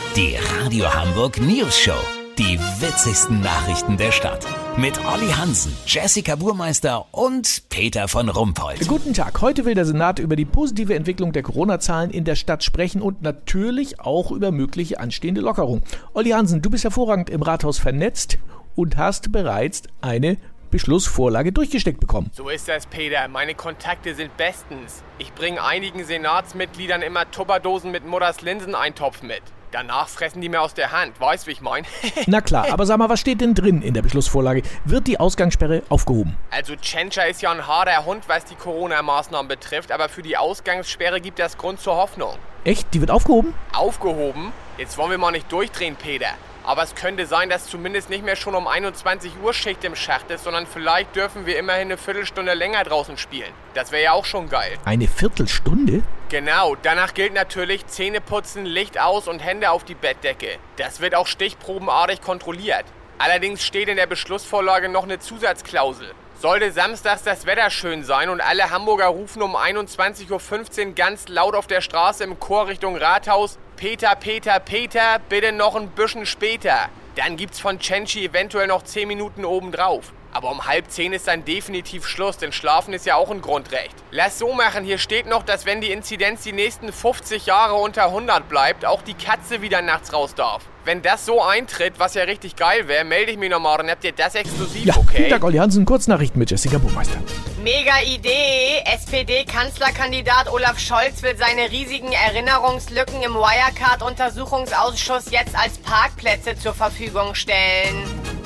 Die Radio Hamburg News Show. Die witzigsten Nachrichten der Stadt. Mit Olli Hansen, Jessica Burmeister und Peter von Rumpold. Guten Tag. Heute will der Senat über die positive Entwicklung der Corona-Zahlen in der Stadt sprechen und natürlich auch über mögliche anstehende Lockerung. Olli Hansen, du bist hervorragend im Rathaus vernetzt und hast bereits eine Beschlussvorlage durchgesteckt bekommen. So ist das, Peter. Meine Kontakte sind bestens. Ich bringe einigen Senatsmitgliedern immer Tupperdosen mit Mutters Linseneintopf mit. Danach fressen die mir aus der Hand. Weißt, wie ich meine? Na klar, aber sag mal, was steht denn drin in der Beschlussvorlage? Wird die Ausgangssperre aufgehoben? Also Tschentscher ist ja ein harter Hund, was die Corona-Maßnahmen betrifft, aber für die Ausgangssperre gibt das Grund zur Hoffnung. Echt? Die wird aufgehoben? Aufgehoben? Jetzt wollen wir mal nicht durchdrehen, Peter. Aber es könnte sein, dass zumindest nicht mehr schon um 21 Uhr Schicht im Schacht ist, sondern vielleicht dürfen wir immerhin eine Viertelstunde länger draußen spielen. Das wäre ja auch schon geil. Eine Viertelstunde? Genau, danach gilt natürlich Zähneputzen, Licht aus und Hände auf die Bettdecke. Das wird auch stichprobenartig kontrolliert. Allerdings steht in der Beschlussvorlage noch eine Zusatzklausel. Sollte samstags das Wetter schön sein und alle Hamburger rufen um 21.15 Uhr ganz laut auf der Straße im Chor Richtung Rathaus: Peter, Peter, Peter, bitte noch ein bisschen später. Dann gibt's von Tschentschi eventuell noch 10 Minuten obendrauf. Aber um 9:30 ist dann definitiv Schluss, denn Schlafen ist ja auch ein Grundrecht. Lass so machen, hier steht noch, dass wenn die Inzidenz die nächsten 50 Jahre unter 100 bleibt, auch die Katze wieder nachts raus darf. Wenn das so eintritt, was ja richtig geil wäre, melde ich mich nochmal, dann habt ihr das exklusiv, ja, okay? Vielen Dank, Olli Hansen. Kurznachrichten mit Jessica Burmeister. Mega Idee! SPD-Kanzlerkandidat Olaf Scholz will seine riesigen Erinnerungslücken im Wirecard-Untersuchungsausschuss jetzt als Parkplätze zur Verfügung stellen.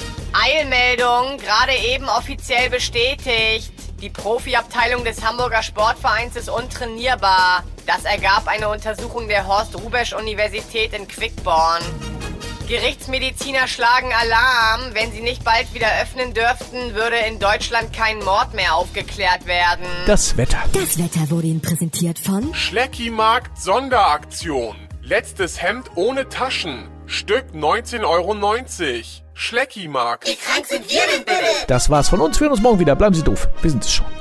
Eilmeldung, gerade eben offiziell bestätigt. Die Profiabteilung des Hamburger Sportvereins ist untrainierbar. Das ergab eine Untersuchung der Horst-Rubesch-Universität in Quickborn. Gerichtsmediziner schlagen Alarm. Wenn sie nicht bald wieder öffnen dürften, würde in Deutschland kein Mord mehr aufgeklärt werden. Das Wetter. Das Wetter wurde Ihnen präsentiert von Schleckimarkt Sonderaktion. Letztes Hemd ohne Taschen. Stück 19,90 €. Schleckimarkt. Wie krank sind wir denn bitte? Das war's von uns. Wir hören uns morgen wieder. Bleiben Sie doof. Wir sind es schon.